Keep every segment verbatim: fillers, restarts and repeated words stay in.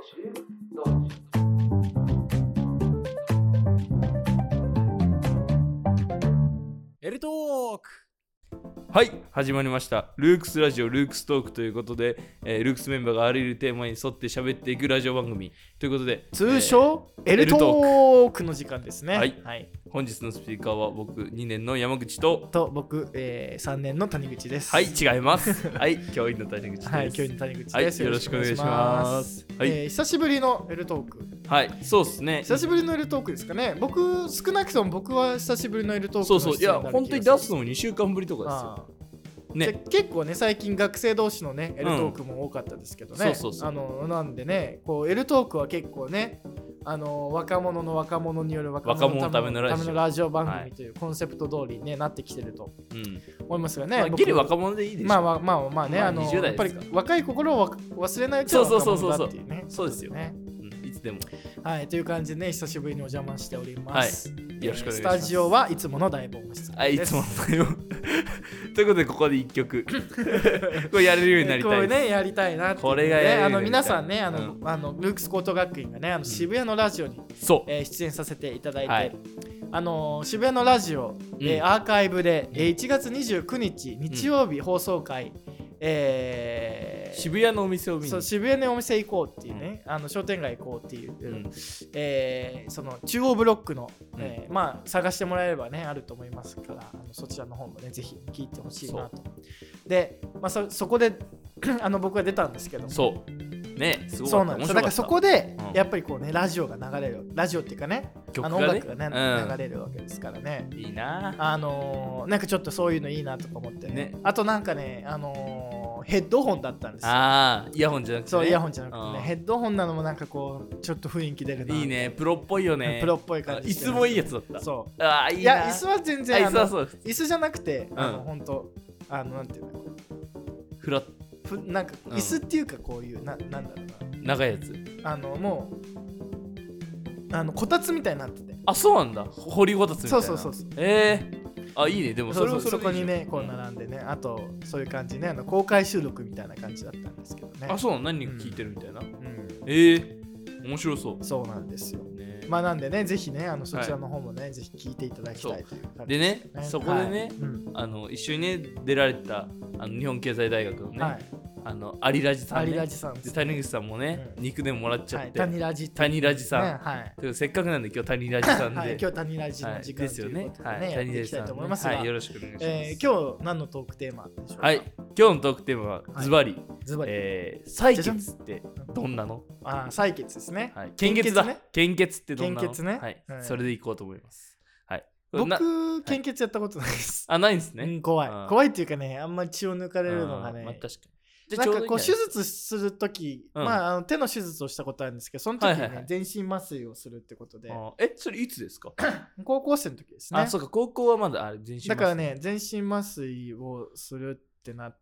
エルトーク。 はい、始まりました。ルークスラジオルークストークということで、えー、ルークスメンバーがあらゆるテーマに沿って喋っていくラジオ番組ということで、 通称、えー、エルトークの時間ですね。 はい、はい、本日のスピーカーは僕にねんの山口とと僕、えー、さんねんの谷口です。 はい、違いますはい教員の谷口です。 はい、教員の谷口です、 はい、よろしくお願いします。 はい、えー、久しぶりのエルトーク。 はい、そうですね。 久しぶりのエルトークですかね。僕、少なくとも僕は久しぶりのエルトーク。 そうそう、いや、本当に出すのもにしゅうかんぶりとかですよ。 ね、結構ね最近学生同士のねエルトークも多かったですけどね、うん、 そうそうそう、 あのなんでねこうエルトークは結構ねあの若者の若者による若者のためのためのラジオ番組というコンセプト通りに、ね、なってきてると思いますがね、 まあ、ギリ若者でいいでしょ。 まあまあまあまあね、まあ、あのやっぱり若い心を忘れないうちは若者だっていうね。 そうですよね、うん、いつでも。 はいという感じでね久しぶりにお邪魔しております、 はい、よろしくお願いします。 スタジオはいつもの大盆室です。 はい、いつもの大盆ということでここでいっきょくこれやれるようになりたいです。 これねやりたいなって、ね、 これがやれるようになりたい。 あの皆さんねあの、うん、あのルークス高等学院がねあの渋谷のラジオに、うんえー、出演させていただいて、はい、あのー、渋谷のラジオ、うんえー、アーカイブで、えー、いちがつにじゅうくにち日曜日放送回、うんえー、 渋谷のお店を見にそう渋谷のお店行こうっていうね、うん、あの商店街行こうっていう、うんえー、その中央ブロックの、うんえー、まあ探してもらえればねあると思いますからあのそちらの方もねぜひ聞いてほしいなと。で、まあ、そ, そこであの僕が出たんですけどもそうねすごいそうなんです。だからそこでやっぱりこうねラジオが流れるラジオっていうかね曲がねあの音楽がね、うん、流れるわけですからね。 いいなあのー、なんかちょっとそういうのいいなとか思ってね。ねあとなんかねあのー、ヘッドホンだったんですよ。 ああイヤホンじゃなくて、ね、 そうイヤホンじゃなくてねヘッドホンなのもなんかこうちょっと雰囲気出るな。 いいねプロっぽいよね。 プロっぽい感じ。 椅子もいいやつだった。 そうああいいな。 いや椅子は全然あの椅子はそう椅子じゃなくて、うん、あの本当あのなんていうのフラッふなんか椅子っていうかこういう、うん、ななんだろうな長いやつあのもうあのこたつみたいになってて。 あそうなんだ掘りごたつみたいな。 そうそうそうそうええー、あいいねでもそれそうそうそこにねこう並んでねあとそういう感じねあの公開収録みたいな感じだったんですけどね。 あそう何人か聞いてるみたいな、うんうん、ええー、面白そう。 そうなんですよ、ね、まあなんでねぜひねあのそちらの方もね、はい、ぜひ聞いていただきたいという感じで ね, でねそこでね、はいうん、 あの一緒にね出られたあの日本経済大学のね、はいあのアリラジさん、ね、 アリラジさんで谷口さんもね、うん、肉でももらっちゃって、 はい、谷ラジ谷ラジさん、 ねはい、 せっかくなんで今日谷ラジさんで、 はい、今日谷ラジの時間、はい、ですよね、はい、やっていきたいと思いますが、 はい、よろしくお願いします、 えー、今日何のトークテーマでしょうか。 はい今日のトークテーマはズバリ、 ズバリ、 えー、採血ってどんなの？ あ採血ですね、 はい、献血だね、 献血ってどんなの？ 献血ね、 はい、うん、それでいこうと思います。はい僕献血やったことないです。 あないんですね、 うん、怖い怖いっていうかねあんまり血を抜かれるのがね、 まあ、確かになんかこう手術するとき、うん、まあ、あの手の手術をしたことあるんですけどその時にね、はいはいはい、全身麻酔をするってことで。 えそれいつですか？ 高校生の時ですね。 あそうか高校はまだあれ全身麻酔だからね全身麻酔をするってなって、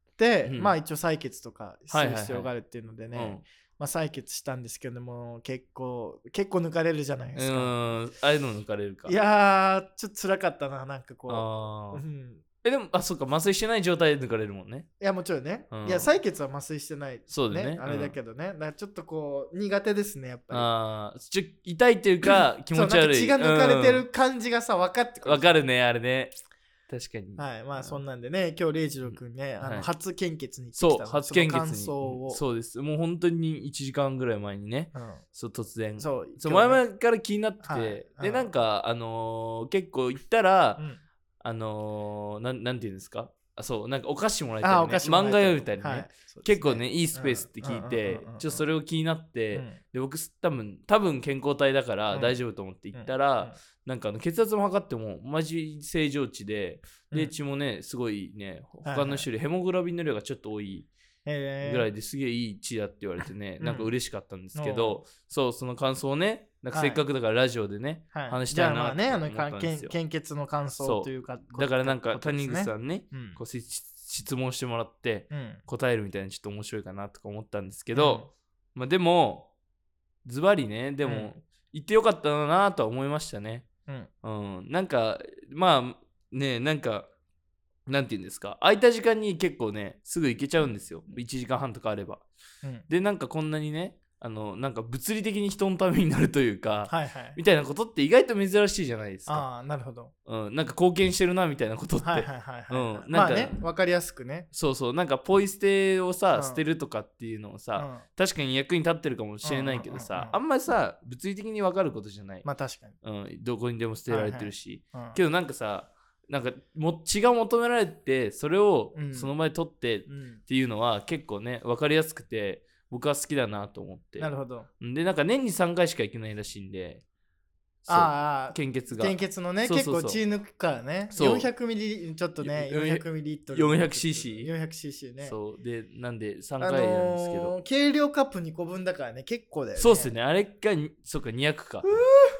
うん、まあ一応採血とかする必要があるっていうのでね、はいはいはい、まあ、採血したんですけども結構結構抜かれるじゃないですか。 うんああいうの抜かれるか。 いやーちょっと辛かったななんかこうあ、 うんえでもあそうか麻酔してない状態で抜かれるもんね。 いやもちろんね、うん、いや採血は麻酔してない、ね、 そうだねあれだけどね、うん、だからちょっとこう苦手ですねやっぱり。 あちょ痛いっていうか気持ち悪い血が抜かれてる感じがさ分かってくる。 分かるねあれね確かに。 はいまあそんなんでね今日礼二郎くんね、うん、あの、はい、初献血に行ってきたの。そう初献血に感想をそうですもう本当にいちじかんぐらい前にね、うん、そう突然そうそう前々から気になってて、はい、で、うん、なんかあのー、結構行ったら、うんあのー、な, なんていうんですかあそうなんかお菓子もらえたり、ね、漫画読みたいにね、はいね、結構ねいいスペースって聞いて、うん、ちょっとそれを気になって、うん、で僕多分多分健康体だから大丈夫と思って行ったら、うん、なんかあの血圧も測ってもマジ正常値で、うん、で血もねすごいね他の種類、はいはい、ヘモグロビンの量がちょっと多いぐらいですげえいい血だって言われてね、うん、なんか嬉しかったんですけど、うん、そうその感想をねなんかせっかくだからラジオでね、はい、話したいなって思ったんですよ。 献血の感想というかだからなんか谷口さんね、うん、こう質問してもらって答えるみたいなちょっと面白いかなとか思ったんですけど、うん、まあでもズバリねでも、うん、言ってよかったなとは思いましたね。うん、うん、なんかまあねなんかなんて言うんですか空いた時間に結構ねすぐ行けちゃうんですよいちじかんはんとかあれば、うん、でなんかこんなにねあのなんか物理的に人のためになるというか、 はいはい、 みたいなことって意外と珍しいじゃないですか。 ああ、なるほど。 うん、なんか貢献してるなみたいなことって、 はいはいはいはい、 うん、なんか、 まあね、分かりやすくね。 そうそう、なんかポイ捨てをさ、 うん、 捨てるとかっていうのをさ、 うん、 確かに役に立ってるかもしれないけどさ、うんうんうんうん、あんまりさ物理的に分かることじゃない。 まあ確かに、 うん、どこにでも捨てられてるし、 はいはい、うん、 けどなんかさ、なんかも血が求められてそれをその場で取ってっていうのは結構ね分かりやすくて僕は好きだなと思って。 なるほど。 でなんか年にさんかいしか行けないらしいんで、 ああ、 献血が献血のね、そうそうそう、結構血抜くからね、よんひゃくミリちょっとね、よんひゃくミリリットルよんひゃくシーシーよんひゃくシーシー ね。 そうで、なんでさんかいなんですけど、あのー、 計量カップにこぶんだからね、結構だよね。 そうっすね、あれがそっかにひゃくか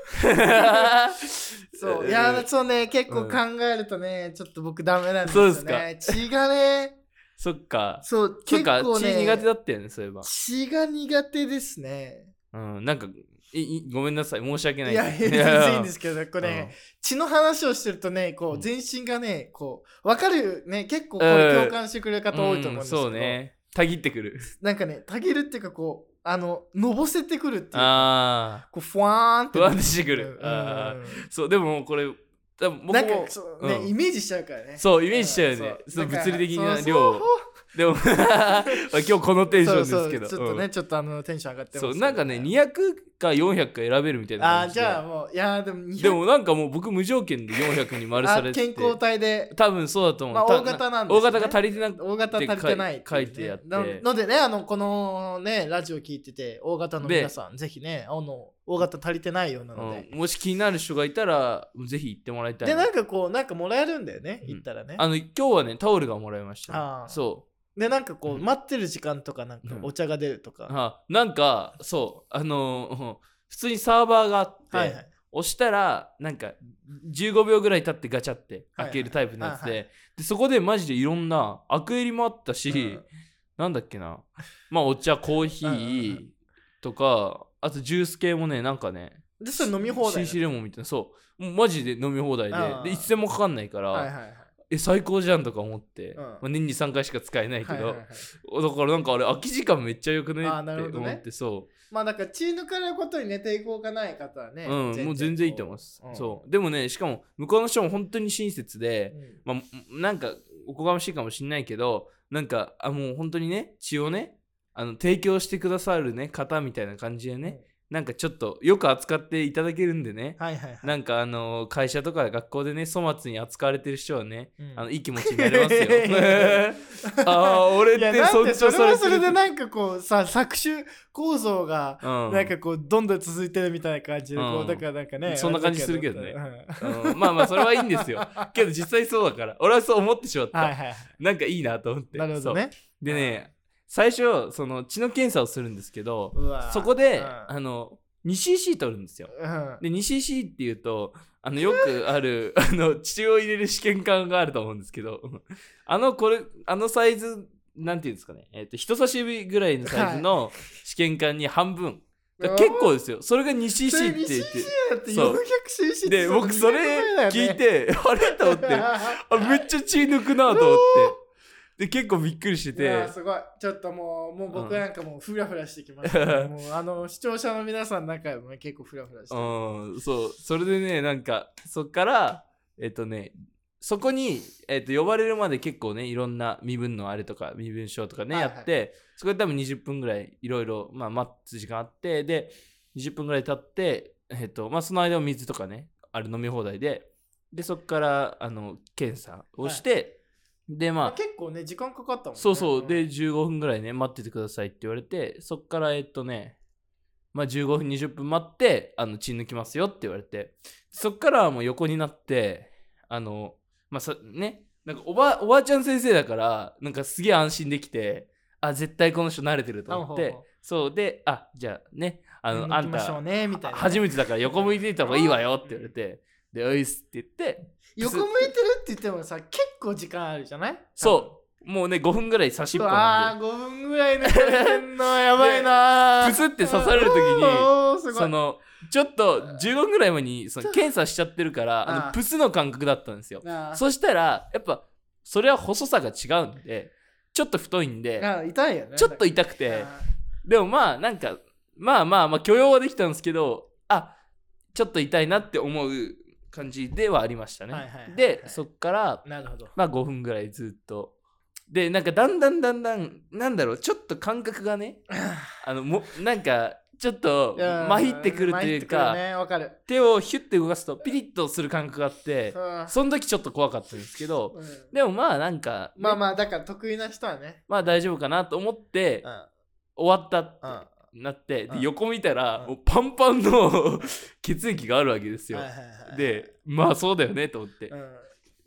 そう、いやそうね、結構考えるとね、うん、ちょっと僕ダメなんですよね。そうですか。血がね、 そっか。 そう、結構ね、 血苦手だったよね、そういえば。 血が苦手ですね。 うん、なんかいいごめんなさい、申し訳ない。 いや、全然いいんですけど、これ、ね、うん、血の話をしてるとね、こう全身がね、こう分かるね、結構これ共感してくれる方多いと思うんですけど、うん、 そうね、たぎってくる。 なんかね、たぎるっていうかこう。あののぼせてくるっていうか、 あこうふわーんってふわんってしてくる、うん、あそうでもこれ多分僕もなんかそう、ね、うん、イメージしちゃうからね。 そうイメージしちゃうよね、そう物理的な量を。でも今日このテンションですけど、 そうそうちょっとね、うん、ちょっとあのテンション上がってます、ね、 そうなんかねにひゃくかよんひゃくか選べるみたいな感じで。 あじゃあもういやでもにひゃくでもなんかもう僕無条件でよんひゃくに丸されてて健康体で多分そうだと思う、 まあ、大型なんです、ね、 大型が足りてなくて大型足りてないって書いてあってのでね、あのこのねラジオ聞いてて大型の皆さんぜひねあの大型足りてないようなので、 うん、もし気になる人がいたらぜひ行ってもらいたい。 でなんかこうなんかもらえるんだよね、行ったらね。 あの今日はねタオルがもらいました、ね、あそうでなんかこう、うん、待ってる時間とかなんかお茶が出るとか、 うん、あなんかそうあのー、普通にサーバーがあって、はいはい、押したらなんかじゅうごびょうぐらい経ってガチャって開けるタイプのやつで、はいはい、でそこでマジでいろんなアクエリもあったし、うん、なんだっけなまあお茶コーヒーとかあとジュース系もねなんかねでそれ飲み放題シーシー レモンみたいなそうもうマジで飲み放題ででいつでもかかんないから、はいはいはい、え最高じゃんとか思って、うんまあ、年にさんかいしか使えないけど、はいはいはい、だからなんかあれ空き時間めっちゃよくねって思って、ね、そうまあだから血抜かれることにね抵抗がない方はね、 うん、もう全然いいと思います、うん、そうでもねしかも向こうの人も本当に親切で、うん、まあなんかおこがましいかもしれないけどなんかあもう本当にね血をねあの提供してくださるね方みたいな感じでね、うんなんかちょっとよく扱っていただけるんでね、はいはいはい、なんかあの会社とか学校でね粗末に扱われてる人はね、うん、あのいい気持ちになれますよああ俺って尊重されてる。それはそれでなんかこうさ搾取構造がなんかこうどんどん続いてるみたいな感じで、うん、こうだからなんかねそんな感じするけどね、うん、まあまあそれはいいんですよけど実際そうだから俺はそう思ってしまった、はいはいはい、なんかいいなと思って。 なるほどね。 でね最初その血の検査をするんですけどそこで、うん、あの にシーシー 取るんですよ、うん、で にシーシー っていうとあのよくあるあの血を入れる試験管があると思うんですけどあのこれあのサイズなんていうんですかね、えー、と人差し指ぐらいのサイズの試験管に半分、はい、結構ですよそれが にシーシー って言ってにシーシー だって よんひゃくシーシーで僕それ聞いて、ね、あれと思ってあめっちゃ血抜くなと思ってで結構びっくりしてて、いやすごいちょっともうもう僕なんかもうフラフラしてきました、ね、うん、もうあの視聴者の皆さんの中でも結構フラフラしてる、 うん、そうそれでねなんかそっからえっとねそこに、えっと、呼ばれるまで結構ねいろんな身分のあれとか身分証とかね、はいはい、やってそこで多分にじゅっぷんぐらいいろいろまあ待つ時間あってでにじゅっぷんぐらい経ってえっとまあその間も水とかねあれ飲み放題ででそっからあの検査をして、はいでまあ、 結構ね時間かかったもんね。 そうそうでじゅうごふんぐらいね待っててくださいって言われてそっからえっとねまあじゅうごふんにじゅっぷん待ってあの血抜きますよって言われてそっからはもう横になってあのまあさねなんかおばおばあちゃん先生だからなんかすげえ安心できてあ絶対この人慣れてると思ってそうであじゃあねあのあんた、ねみたいなね、初めてだから横向いていた方がいいわよって言われてでおいっすって言って横向いてるって言ってもさ結構時間あるじゃない？ そうもうねごふんぐらい差しっぱなんであーごふんぐらい抜けんのやばいなプスって刺される時にそのちょっとじゅうごふんぐらい前にその検査しちゃってるからあのプスの感覚だったんですよ。そしたらやっぱそれは細さが違うんでちょっと太いんで痛いよねちょっと痛くてでもまあなんかまあまあまあ許容はできたんですけど、あちょっと痛いなって思う感じではありましたね、はいはいはいはい、でそっからなるほど、 まあごふんぐらいずっとでなんかだんだんだんだんなんだろうちょっと感覚がねあのもなんかちょっとまひってくるというか、 ね、わかる。 手をヒュッて動かすとピリッとする感覚があってその時ちょっと怖かったんですけど、うん、でもまあなんか、ね、 まあまあだから得意な人はねまあ大丈夫かなと思って、うん、終わったってなって、うん、で横見たら、うん、もうパンパンの血液があるわけですよ、はいはいはいはい、でまあそうだよねと思って、うん、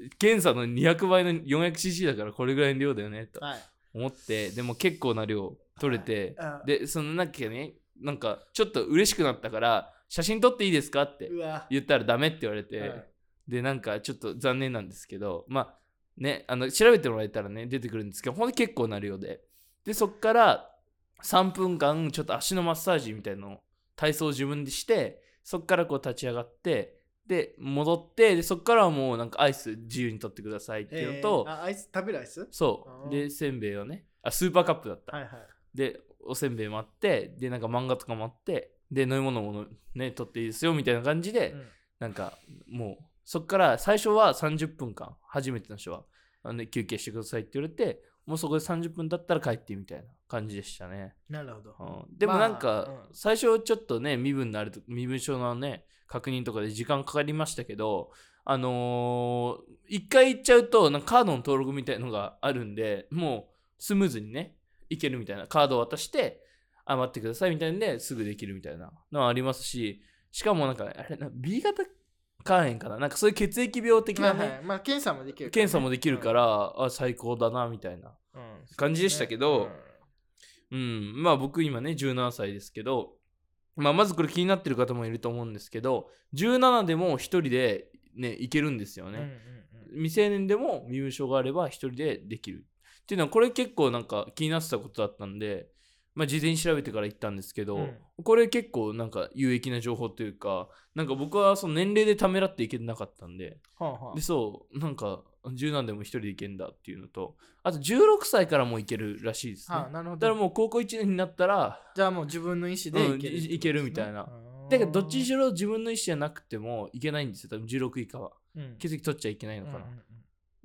検査のにひゃくばいの よんひゃくシーシー だからこれぐらいの量だよねと思って、はい、でも結構な量取れて、はい、でそのなんかねなんかちょっと嬉しくなったから写真撮っていいですかって言ったらダメって言われて、はい、でなんかちょっと残念なんですけどまあねあの調べてもらえたらね出てくるんですけどほんと結構な量ででそっからさんぷんかんちょっと足のマッサージみたいなの体操を自分でしてそっからこう立ち上がってで戻ってでそっからはもうなんかアイス自由に取ってくださいっていうのと、 えー、あアイス食べるアイスそうでせんべいをねあスーパーカップだった、はいはい、でおせんべいもあってでなんか漫画とかもあってで飲み物もね取っていいですよみたいな感じで、うん、なんかもうそっから最初はさんじゅっぷんかん初めての人はあの、ね、休憩してくださいって言われてもうそこでさんじゅっぷん経ったら帰ってみたいな感じでしたね。 なるほど、 うん、でもなんか、まあうん、最初ちょっとね身分のあると身分証のね確認とかで時間かかりましたけどあのー、一回行っちゃうとなんかカードの登録みたいのがあるんでもうスムーズにねいけるみたいなカードを渡してあ待ってくださいみたいなんですぐできるみたいなのはありますししかもなんかあれな B 型肝炎かななんかそういう血液病的なね、 はいはいまあ、検査もできるから、ね、検査もできるから、うん、あ最高だなみたいな感じでしたけど、うん、うん、まあ僕今ねじゅうななさいですけど、まあ、まずこれ気になってる方もいると思うんですけどじゅうななでも一人でね行けるんですよね、うんうんうん、未成年でも身分証があれば一人でできるっていうのはこれ結構なんか気になってたことだったんでまあ事前に調べてから行ったんですけど、うん、これ結構なんか有益な情報というかなんか僕はその年齢でためらっていけなかったんで、はあはあ、でそうなんかじゅうなんでも一人で行けんだっていうのとあとじゅうろくさいからも行けるらしいですね、はあ、なるほどだからもう高校いちねんになったらじゃあもう自分の意思で行ける、 うん、行けるみたいなだけどどっちにしろ自分の意思じゃなくても行けないんですよ多分じゅうろく以下は、うん、血液取っちゃいけないのかな、うんうんうん、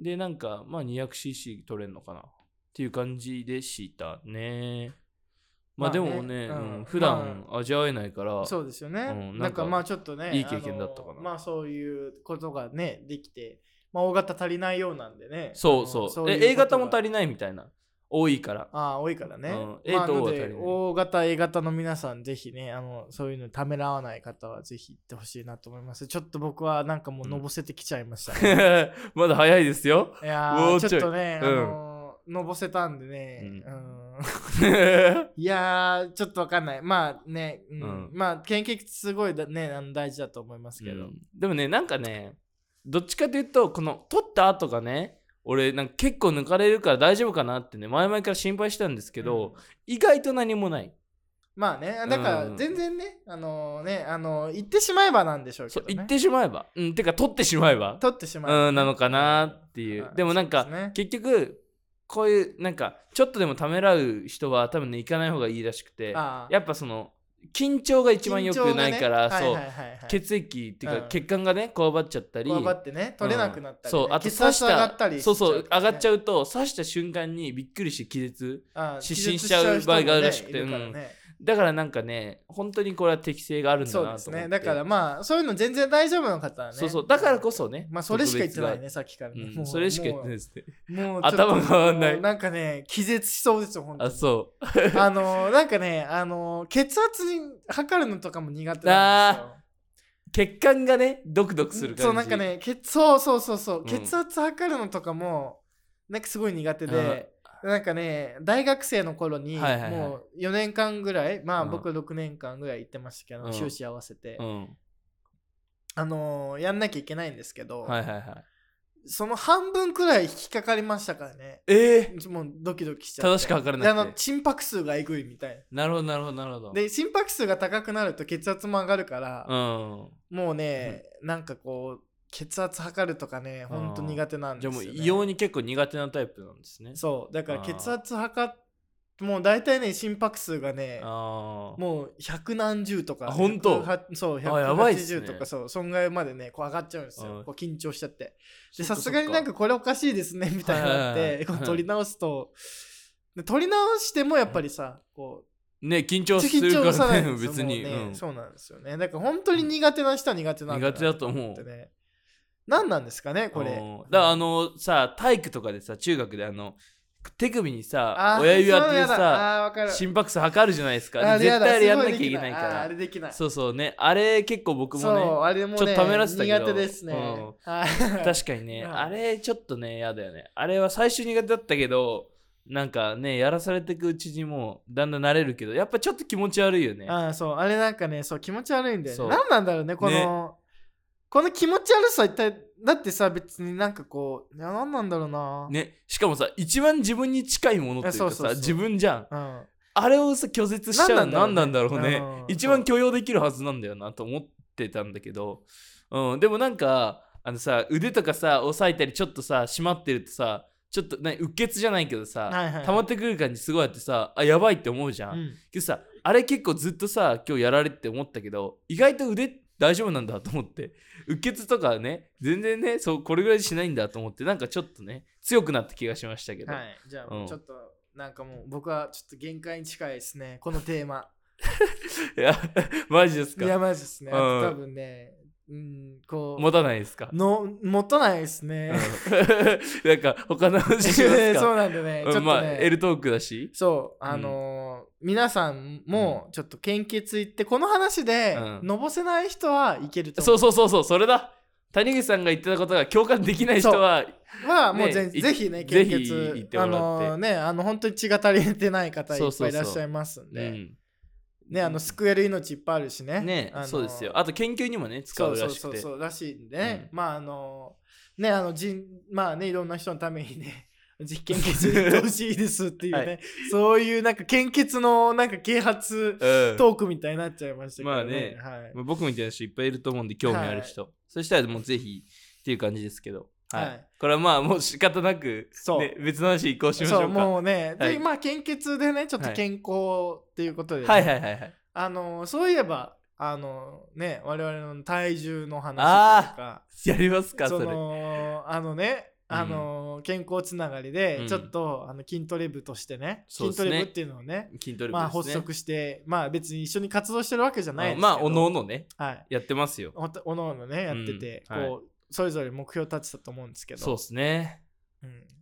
でなんかまあ にひゃくシーシー 取れるのかなっていう感じでしたねまあでもね、まあねうん、普段味わえないから、まあ、そうですよね、うん、なんかまあちょっとねいい経験だったかなまあそういうことがねできてまあ O 型足りないようなんでねそうそうそうえ A 型も足りないみたいな多いからああ多いからね、うん、A と O が足りない、まあ、O 型 A 型の皆さんぜひねあのそういうのためらわない方はぜひ行ってほしいなと思いますちょっと僕はなんかもうのぼせてきちゃいましたね、 うん、まだ早いですよいやーちょっとね、うん、あののぼせたんでね、うんうんいやーちょっとわかんないまあね、うんうん、まあ献血すごいだ、ね、あの大事だと思いますけど、うん、 でもねなんかねどっちかというとこの取った後がね俺なんか結構抜かれるから大丈夫かなってね前々から心配したんですけど、うん、意外と何もないまあねだから全然ね、うん、あのねあの言ってしまえばなんでしょうけどねそう言ってしまえばうんてか取ってしまえば取ってしまえば、ね、 うんなのかなっていう、うん、でもなんか、ね、結局こういうなんかちょっとでもためらう人は多分ね行かない方がいいらしくてやっぱその緊張が一番良くないから、ね、そう、はいはいはいはい、血液っていうか、うん、血管がねこわばっちゃったりこわばってね取れなくなったり、 ねうん、そうあと刺した上がったり、ね、 そうそう上がっちゃうと刺した瞬間にびっくりして気絶失神しちゃう場合があるらしくて、ねだからなんかね本当にこれは適性があるんだなと思ってそうですねだからまあそういうの全然大丈夫な方はねそうそうだからこそねまあそれしか言ってないねさっきからね、 うん、それしか言ってないですねもう頭が回んないなんかね気絶しそうですよ本当にあそうあのなんかねあの血圧に測るのとかも苦手なんですよ血管がねドクドクする感じそうなんかね血そうそうそうそう、うん、血圧測るのとかもなんかすごい苦手でなんかね大学生の頃にもうよねんかんぐらいまあ僕ろくねんかんぐらい行ってましたけど、うん、修士合わせて、うん、あのー、やんなきゃいけないんですけど、 はいはいはい、 その半分くらい引っかかりましたからねえー、 もうドキドキしちゃって正しく測らなくてあの心拍数がえぐいみたいなるほどなるほどなるほどで心拍数が高くなると血圧も上がるから、うん、もうね、うん、なんかこう血圧測るとかねほんと苦手なんですよ、ね、 じゃあもう異様に結構苦手なタイプなんですねそうだから血圧測っもう大体ね心拍数がねあもう百何十とか、 ね、本当そうひゃくはちじゅうとか、ね、そうそんぐらいまでねこう上がっちゃうんですよ、こう緊張しちゃってでさすがになんかこれおかしいですねみたいになって、はいはいはい、こう取り直すと取り直してもやっぱりさこうね緊張するからね別に、 ねうん、そうなんですよね。だから本当に苦手な人は苦手なんだな苦手だと思う、 ね、何なんですかねこれ。 だからあのさ体育とかでさ中学であの手首にさ親指当ててさ心拍数測るじゃないですか。絶対あれやんなきゃいけないから。 あれできない。 そうそうねあれ結構僕もねあれもねちょっとためらってたけど苦手ですね、うん、 確かにねあれちょっとねやだよね。あれは最初苦手だったけどなんかねやらされていくうちにもうだんだん慣れるけどやっぱちょっと気持ち悪いよね。 ああそうあれなんかねそう気持ち悪いんだよね。何なんだろうねこのねこの気持ち悪さ一体だってさ別になんかこういや何なんだろうなねしかもさ一番自分に近いものっていうかさそうそうそう自分じゃん、うん、あれをさ拒絶しちゃうの何なんだろうね、うん、一番許容できるはずなんだよなと思ってたんだけど、うん、でもなんかあのさ腕とかさ押さえたりちょっとさ締まってるとさちょっとねうっ血じゃないけどさ、はいはいはい、溜まってくる感じすごいあってさあやばいって思うじゃん、うん、けどさあれ結構ずっとさ今日やられて思ったけど意外と腕大丈夫なんだと思ってうっ血とかね全然ねそうこれぐらいしないんだと思ってなんかちょっとね強くなった気がしましたけど、 はい、じゃあもうちょっと、うん、なんかもう僕はちょっと限界に近いですねこのテーマいやマジですか。 いやマジですね、うん、多分ねうんこう持たないですかの持たないですね、 うん、なんか他の話しますかそうなんでねちょっとね、まあ、 L トークだしそうあのーうん、皆さんもちょっと献血行ってこの話でのぼせない人はいけると思う、 うん、そうそうそうそうそれだ谷口さんが言ってたことが共感できない人ははもうぜひね献血行ってもらってあのねあの本当に血が足りてない方いっぱいいらっしゃいますんでそうそうそう、うんね、あの救える命いっぱいあるしね。 ね、あのそうですよ。あと研究にもね使うらしくて。 そうそうそうらしいんでね。うん、まああのねあのじまあねいろんな人のためにね実験血してほしいですっていうね、はい、そういうなんか献血のなんか啓発トークみたいになっちゃいましたけどね。うん、まあね、はいまあ、 僕みたいな人いっぱいいると思うんで興味ある人。はい、そしたらもうぜひっていう感じですけど。はい、はい、これはまあもう仕方なく、ね、別の話移行しましょうか。そうもうね、はい、でまあ献血でねちょっと健康っていうことで、ね、 はいはいはいはいあのそういえばあのね我々の体重の話というかやりますかそのあのねあの、うん、健康つながりでちょっと、うん、あの筋トレ部としてね、筋トレ部っていうのをね、 筋トレ部ですね、 まあ発足してまあ別に一緒に活動してるわけじゃないですけど、 まあおのおのね、はい、やってますよ。 おのおのねやってて、うん、こう、はいそれぞれ目標立てたと思うんですけどそうですね、 うん、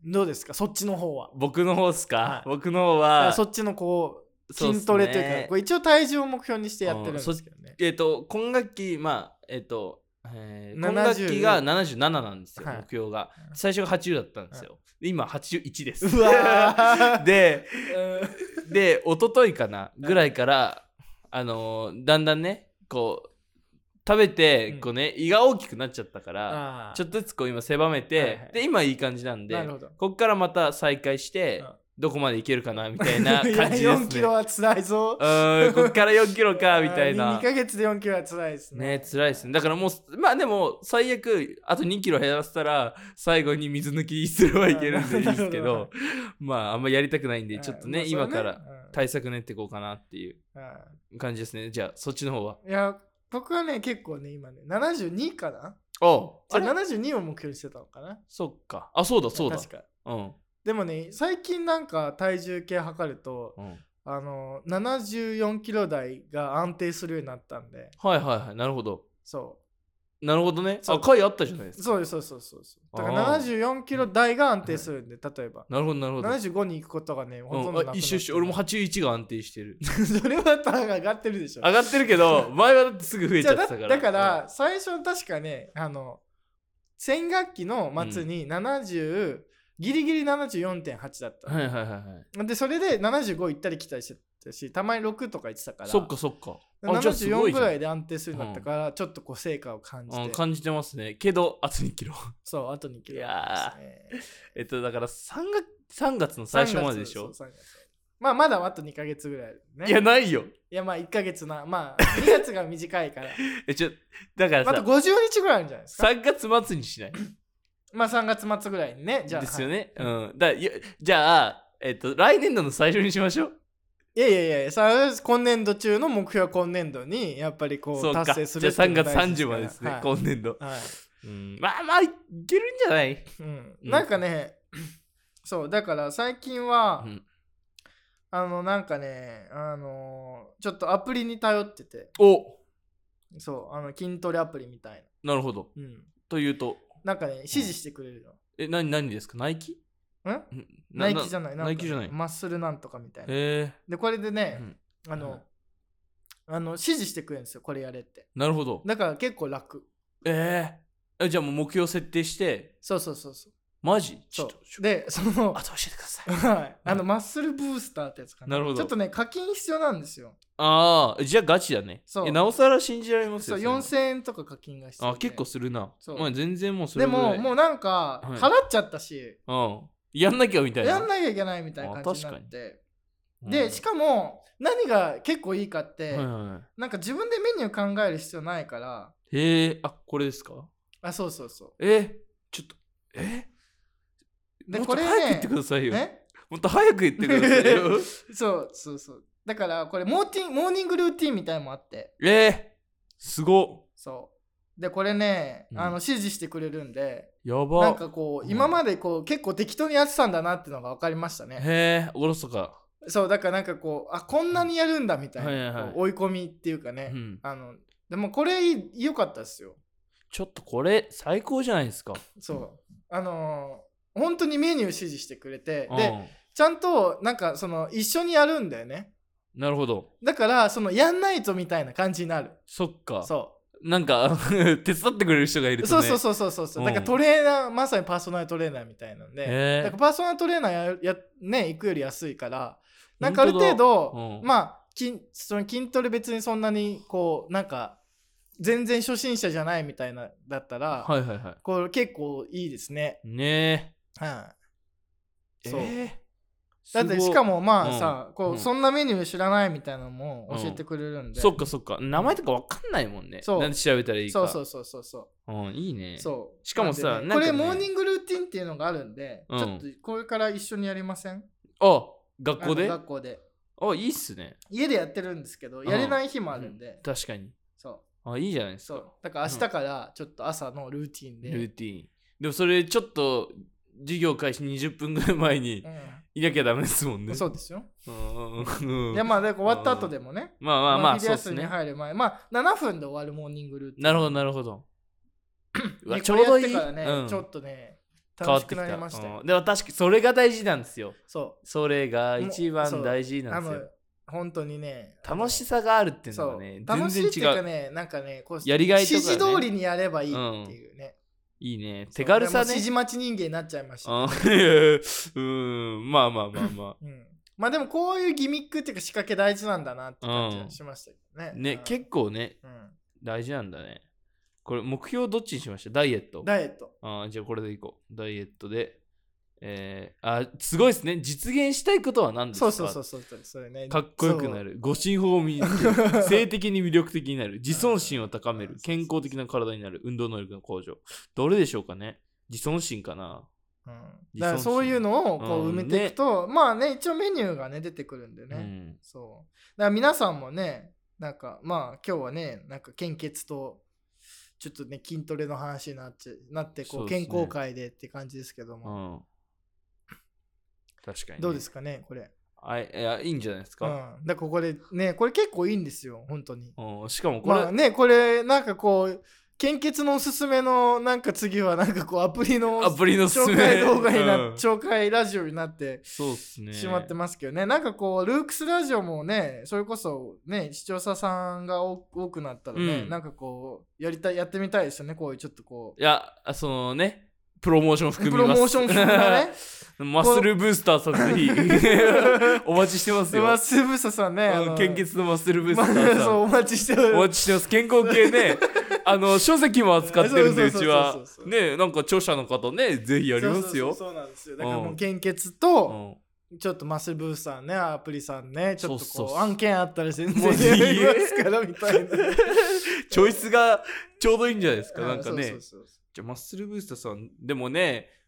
どうですかそっちの方は。 僕の方ですか、はい、僕の方はそっちのこう筋トレというかこう一応体重を目標にしてやってるんですけどね。 えっ、ー、と今学期まあえっ、ー、と、えー、今学期がななじゅうなななんですよ、はい、目標が最初がはちじゅうだったんですよ、はい、今はちじゅういちですうわでで一昨日かなぐらいからあのー、だんだんねこう食べてこうね、うん、胃が大きくなっちゃったからちょっとずつこう今狭めて、はいはい、で今いい感じなんでこっからまた再開して、うん、どこまでいけるかなみたいな感じですね。 よんキロはつらいぞ。 うんこっからよんキロかみたいな。 にかげつでよんキロはつらいですね。 ねつらいですね。だからもうまあでも最悪あとにキロ減らせたら最後に水抜きすればいけるんでいいですけどまああんまやりたくないんでちょっとね、まあ、今から対策練っていこうかなっていう感じですね。じゃあそっちの方は。 いや僕はね結構ね今ねななじゅうにかな。 おあれななじゅうにを目標にしてたのかな。 そっかあそうだそうだ確か、 うん、 でもね最近なんか体重計測ると、うん、あのななじゅうよんキロ台が安定するようになったんで。 はいはいはいなるほど。 そうなるほどね。あ回あったじゃないですか。 そうそうそうそうだからななじゅうよんキロ台が安定するんで、はい、例えばなるほどなるほどななじゅうごに行くことがねほとんどなくなって、うん、 一緒一緒俺もはちじゅういちが安定してるそれは上がってるでしょ。 上がってるけど前はだってすぐ増えちゃってたからだ, だから最初確かねあの先学期の末にななじゅう、うんギリギリ ななじゅうよんてんはち だった、 はいはいはいはい、 でそれでななじゅうご行ったり来たりしてたしたまにろくとか言ってたからそっかそっかななじゅうよんぐらいで安定するようになったから、うん、ちょっとこう成果を感じて、 うん、感じてますねけどあとにキロそうあとにキロ、 ね、いやえっとだからさんがつさんがつの最初まででしょ。 まあまだあとにかげつぐらいね。 いやないよ。 いやまあいっかげつなまあにがつが短いからえちょだからさあとごじゅうにちぐらいあるんじゃないですか。 さんがつ末にしないまあさんがつ末ぐらいにねじゃあですよね、はい、うんだじゃあえっと来年度の最初にしましょう。 いやいやいや、さ今年度中の目標は今年度にやっぱりこう達成する。 じゃあさんがつさんじゅうまでですね、 はい、 今年度。 はい、 うん、まあまあいけるんじゃない、 うん、なんかね、そうだから最近は、うん、あのなんかね、あのー、ちょっとアプリに頼ってて。 おそうあの筋トレアプリみたいな。なるほど。うん、というとなんかね指示してくれるの。 うん、え何何ですか？ナイキ？ んナイキじゃない、 ナイキじゃない、 マッスルなんとかみたいな。 へでこれでね、うん、あの、うん、あの指示してくれるんですよ、これやれって。 なるほど。 だから結構楽。 えー、じゃあもう目標設定して。 そうそうそうそう。 マジ？ そうでそのあと教えてください。 はい、あのマッスルブースターってやつかな。 なるほど。 ちょっとね課金必要なんですよ。 ああ、じゃあガチだね。そう。なおさら信じられますよ。 そう、よんせんえんとか課金が必要。 あ、結構するな。そう。まあ、全然もうそれぐらい。でももうなんか払っちゃったし、 はい、やんなきゃみたいな。 やんなきゃいけないみたいな感じになって。でしかも何が結構いいかって、はいはい、なんか自分でメニュー考える必要ないから。 へえ、あ、これですか？あ、 そうそうそう。 えちょっとえでもっと早く言ってくださいよ。もっと早く言ってくださいよ。 そうそうそう。だからこれモーティンモーニングルーティンみたいなのもあって。 えー、すごっ。 そうでこれね、うん、あの指示してくれるんで、 やば。 なんかこう、うん、今までこう結構適当にやってたんだなっていうのが分かりましたね。 へえ、おろそか。 そうだからなんかこうあこんなにやるんだみたいな、はいはいはい、追い込みっていうかね、うん、あのでもこれ良かったですよ。 ちょっとこれ最高じゃないですか。 そうあのー、本当にメニュー指示してくれて、うん、でちゃんとなんかその一緒にやるんだよね。 なるほど。 だからそのやんないとみたいな感じになる。 そっか。 そうなんか手伝ってくれる人がいるとね。 そうそうそうそうそう、うん、だからトレーナーまさにパーソナルトレーナーみたいなんで、だからパーソナルトレーナーややね行くより安いからなんかある程度、うん、まあ筋その筋トレ別にそんなにこうなんか全然初心者じゃないみたいなだったら、 はいはいはい、 これ結構いいですね。 ねえ。はい、あ、そう。 えー、 だってしかもまあさ、うん、こう、うん、そんなメニュー知らないみたいなのも教えてくれるんで。 うん、そっかそっか。名前とかわかんないもんね。そう。なんで調べたらいいか。 そうそうそうそう。 うん、いいね。 そう。 しかもさ、 なん、ね、これモーニングルーティンっていうのがあるんで、うん、ちょっとこれから一緒にやりません？ あ、学校で？ 学校で。 あ、いいっすね。 家でやってるんですけど、やれない日もあるんで。 うん、確かに。 そう。 あ、いいじゃないですか。 そうだから明日からちょっと朝のルーティンで、 うん、ルーティンでもそれちょっと授業開始にじゅっぷんぐらい前にいなきゃダメですもんね、 うん、そうですよ。 うん、 いやまあで終わった後でもね、 まあまあまあ昼休みに入る前、まあななふんで終わるモーニングルーティン。 なるほどなるほどね、ちょうどいいからね、うん、ちょっとね楽しくなりましたよ。 でも確かにそれが大事なんですよ。 そうそれが一番大事なんですよ。 本当にね楽しさがあるっていうのがね全然違う。 楽しいっていうかね、なんかねこうやりがいとか、ね、 指示通りにやればいいっていうね、 うん、いいね手軽さね。 指示待ち人間になっちゃいました、ね、 うんまあまあまあまあ、 うん、まあでもこういうギミックっていうか仕掛け大事なんだなって感じがしましたけどね、 うん、ね、うん、結構ね、うん、大事なんだね。これ目標どっちにしました？ダイエット。 ダイエット。 あ、じゃあこれでいこう。ダイエットでえー、あ、すごいですね。実現したいことは何ですか？ そうそうそうそう、それね。 かっこよくなる。護身法を身につける。性的に魅力的になる。自尊心を高める。健康的な体になる。運動能力の向上。どれでしょうかね？自尊心かな。 うん、だからそういうのをこう埋めていくと、うんね、まあね一応メニューがね出てくるんでね、うん、そうだから皆さんもねなんかまあ今日はねなんか献血とちょっとね筋トレの話になっちゃなってこう、ね、健康会でって感じですけども、うん確かに、ね、 どうですかねこれ。 あいやいいんじゃないですか。 うん、だからここでねこれ結構いいんですよ本当に。 うん、しかもこれ、 まあねこれなんかこう献血のおすすめのなんか次はなんかこうアプリのアプリの紹介動画にな、うん、紹介ラジオになってそうっすねしまってますけどね。なんかこうルークスラジオもねそれこそね視聴者さんが多くなったらね、うん、なんかこうやりたいやってみたいですよねこういうちょっとこういやそのねプロモーション含みます。 プロモーション含みねマッスルブースターさんぜひお待ちしてますよ。 マッスルブースターさんね献血のマッスルブースターさん、 まあ、そうお待ちしてます。 お待ちしてます。健康系ねあの書籍も扱ってるんでうちはねなんか著者の方ねぜひやりますよ。 そうそうそうそうなんですよ。だからもう献血と、うん、ちょっとマッスルブースターねアプリさんねちょっとこうそうそうそう案件あったら全然やりますからみたいなチョイスがちょうどいいんじゃないですか。なんかねそうそうそうそうじゃマッスルブースターさんでもね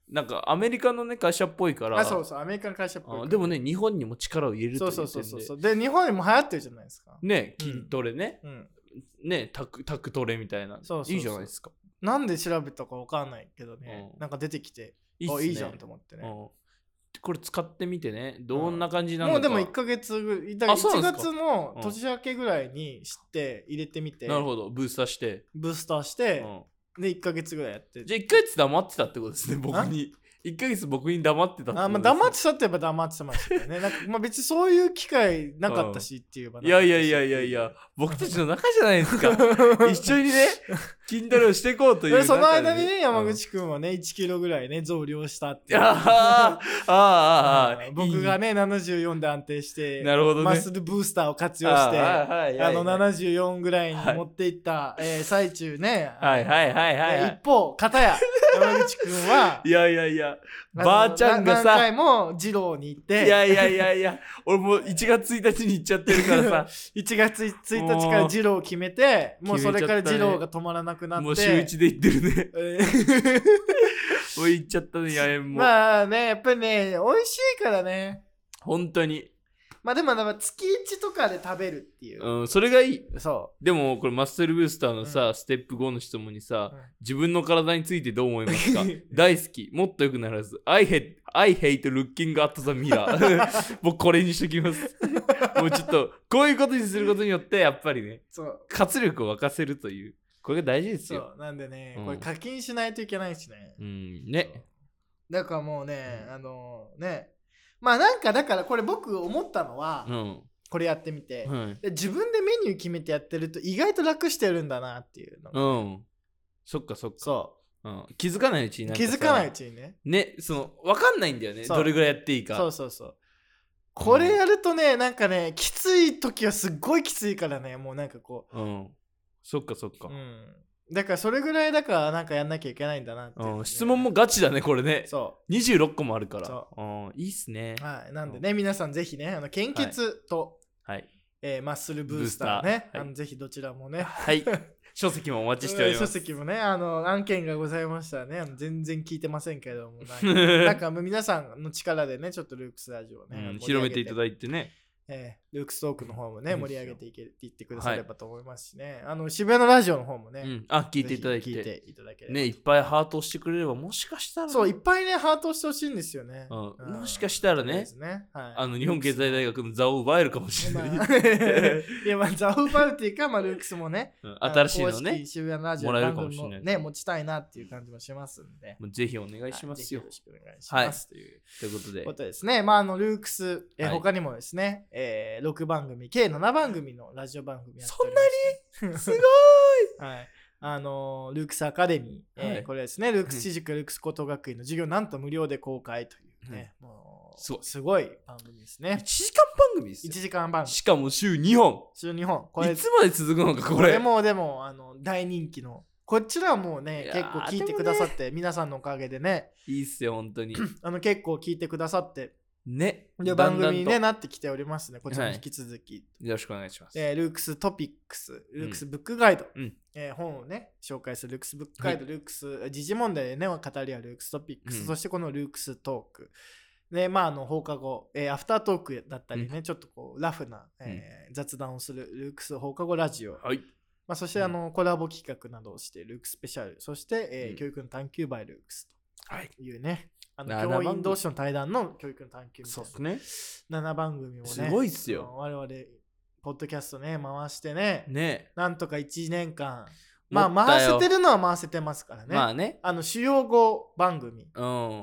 なんかアメリカのね会社っぽいから。 あ、そうそう、アメリカの会社っぽいから。 でもね、日本にも力を入れるという点で。 そうそうそうそう。で、日本にも流行ってるじゃないですか。 ね、筋トレね。 うん。 ね、タク、タクトレみたいな。そうそうそう。いいじゃないですか。 なんで調べたかわかんないけどね、うん、なんか出てきて、いいっすね、いいじゃんと思ってね。うん、 これ使ってみてね、どんな感じなのか、 うん、もうでもいっかげつぐらい、いちがつの年明けぐらいに知って入れてみて、 うん、なるほど、ブースターして。 ブースターして、うん、でいっかげつぐらいやって。 じゃあいっかげつ黙ってたってことですね、僕に。いっかげつ僕に黙ってたってことです、ね。 あ、まあ、黙ってたって言えば黙ってましたよね。なんかまあ別にそういう機会なかったしって言えば、 うん、いやいやいやいやいや、僕たちの仲じゃないですか。一緒にね、筋トレをしていこうという。 その間にね、山口くんはね、いちキロぐらいね、増量したっていう。 ああ、ああ、 僕がね、ななじゅうよんで安定して、 なるほどね、 マッスルブースターを活用して、あのななじゅうよんぐらいに持っていった、はい、えー、最中ね。 はいはいはいはい、はい。 一方、片や山口くんは、 いやいやいや、ばあちゃんがさ、 何回も二郎に行って、 いやいやいやいや、俺もういちがつついたちに行っちゃってるからさ、 いちがつついたちから二郎を決めて、もうそれから二郎が止まらなくなって、 もう週いちで行ってるね。もう行っちゃったね、やえんも。 まあね、やっぱりね、美味しいからね。 本当に。 まあでも月いちとかで食べるっていう。 うん、それがいい。 そう。 でもこれマッスルブースターのさ、うん、ステップごの質問にさ、うん、自分の体についてどう思いますか？大好き。もっと良くなるはず。I hate, I hate looking at the mirror。僕これにしときます。もうちょっと、こういうことにすることによって、やっぱりね、そう活力を沸かせるという。これが大事ですよ。 そう。なんでね、うん、これ課金しないといけないしね。 うん、ね。 だからもうね、うん、あのね、まあなんかだからこれ僕思ったのは、うん、これやってみて、うん、で自分でメニュー決めてやってると意外と楽してるんだなっていうの、 うん、そっかそっか、 そう、 うん、気づかないうちになんか気づかないうちにねね、その分かんないんだよね、どれぐらいやっていいか。 そうそうそう、これやるとね、なんかね、きつい時はすっごいきついからね、もうなんかこう、 うん、そっかそっか、 うん、だからそれぐらいだからなんかやんなきゃいけないんだなって、ね、 うん、質問もガチだねこれね。 そうにじゅうろっこもあるから。 そう、 うん、いいっすね。 はい、なんでね、皆さんぜひね、あの献血と、はい、えー、マッスルブースターね、ーはい、あのぜひどちらもね、 はい書籍もお待ちしております。 書籍もね、あの案件がございましたらね、あの全然聞いてませんけれども、なんか皆さんの力でね、ちょっとルークスラジオをね、 うん、広めていただいてね、 えー、ルークストークの方もね、盛り上げていけいってくださればと思いますしね、はい、あの渋谷のラジオの方もね、 うん、あ、聞いていただいて、 聞いていただければね、いっぱいハートをしてくれれば、もしかしたら、ね、 そう、いっぱいね、ハートをしてほしいんですよね、 うんうん、もしかしたらね、 ね、はい、 あの日本経済大学の座を奪えるかもしれない、まあ、 いや、まあ座を奪うっていうか、まあ、ルークスもね、 うん、新しいのね、 渋谷のラジオの番組もね、持ちたいなっていう感じもしますんで、 ぜひお願いしますよ、 はい、よろしくお願いします、 はい、 というということで、 ことですね。まあ、あのルークス、えーはい、他にもですね、えー、ろくばんぐみ、計ななばんぐみのラジオ番組やっておりましてそんなにすごいはい。あのー、ルークスアカデミー、はい、えー、これですね、ルークス私塾、ルークス高等学院の授業なんと無料で公開というね、うん、もうすごい、すごい番組ですね。 いちじかん番組ですよ。 いちじかん番組。 しかも週にほん。 週にほん。 これいつまで続くのか、これ。 これもでも、あの、大人気の。こちらはもうね、結構聞いてくださって、ね、皆さんのおかげでね。 いいっすよ、本当に。 あの、結構聞いてくださって。 ね。 で、番組に、ね、なってきておりますね。こちらも引き続き。 はい、よろしくお願いします。 えー、ルークストピックス、ルークスブックガイド、うん、えー、本をね、紹介するルークスブックガイド、はい、ルークス、時事問題でね、語り合うルークストピックス、うん、そしてこのルークストーク。で、まあ、あの、放課後、えー、アフタートークだったりね、うん、ちょっとこう、ラフな、えーうん、雑談をするルークス放課後ラジオ。 はい。 まあ、そしてあの、うん、コラボ企画などをしてルークスペシャル、そして、えーうん、教育の探求バイルークスというね、はい、あの教員同士の対談の教育の探求みたいな。そうですね。ななばんぐみもね、 すごいっすよ。 我々、ポッドキャストね、回してね、 ね、 なんとかいちねんかん、まあ、回せてるのは回せてますからね。 まあね。 あの、主要語番組。 うん。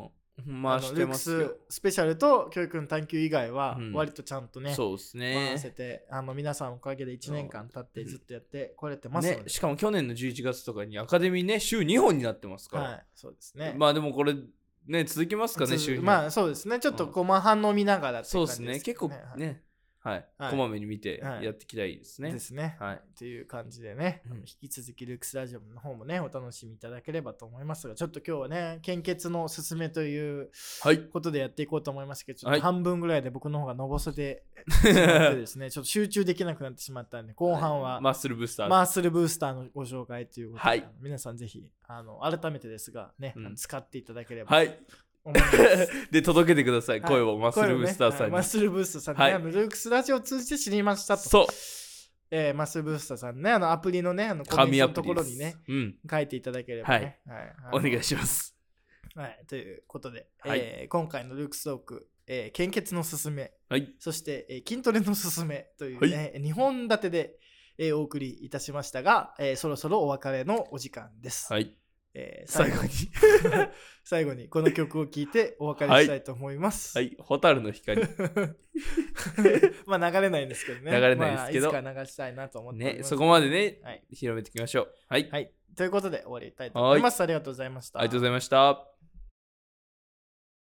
回してますよ。 ルークススペシャルと教育の探求以外は割とちゃんとね、 うん、そうですね、 回せて、あの皆さんおかげでいちねんかん経ってずっとやってこれてますので、 ね、しかも去年のじゅういちがつとかにアカデミーね週にほんになってますから、 はい、そうですね。 まあでもこれね続きますかね、週に。 まあそうですね、ちょっとこう、まあ反応見ながらって感じです、ね、そうですね、結構ね、 はい、はい、こまめに見てやっていきたいですね。 ですね。はい。という感じでね、うん、引き続きルークスラジオの方もね、お楽しみいただければと思いますが、ちょっと今日はね、献血のすすめということでやっていこうと思いますけど、はい、ちょっと半分ぐらいで僕の方がのぼせてしまってですね、ちょっと集中できなくなってしまったんで、後半は、はい、 マッスルブースター。 マッスルブースターのご紹介ということで、はい、皆さんぜひ、あの改めてですが、ね、うん、使っていただければ。はいで届けてください、はい、声をマッスルブースターさんに、ねはい、 マッスルブースターさんに、ね、はい、あのルークスラジオを通じて知りましたと。そう、えー、マッスルブースターさんね、あのアプリのね、あのコメントのところにね、うん、書いていただければね、 はいはい、お願いします。 はい、ということで、はい、えー、今回のルークストーク、えー、献血のすすめ、はい、そして、えー、筋トレのすすめというね、はい、にほん立てで、えー、お送りいたしましたが、えー、そろそろお別れのお時間です。はい、えー、最後に最後にこの曲を聴いてお別れしたいと思います。 はい、蛍、はい、の光まあ流れないんですけどね。 流れないですけど、 まあ、いつか流したいなと思っております、 ね、そこまでね、はい、広めていきましょう。はい、 はい、ということで終わりたいと思います。ありがとうございました。 ありがとうございました。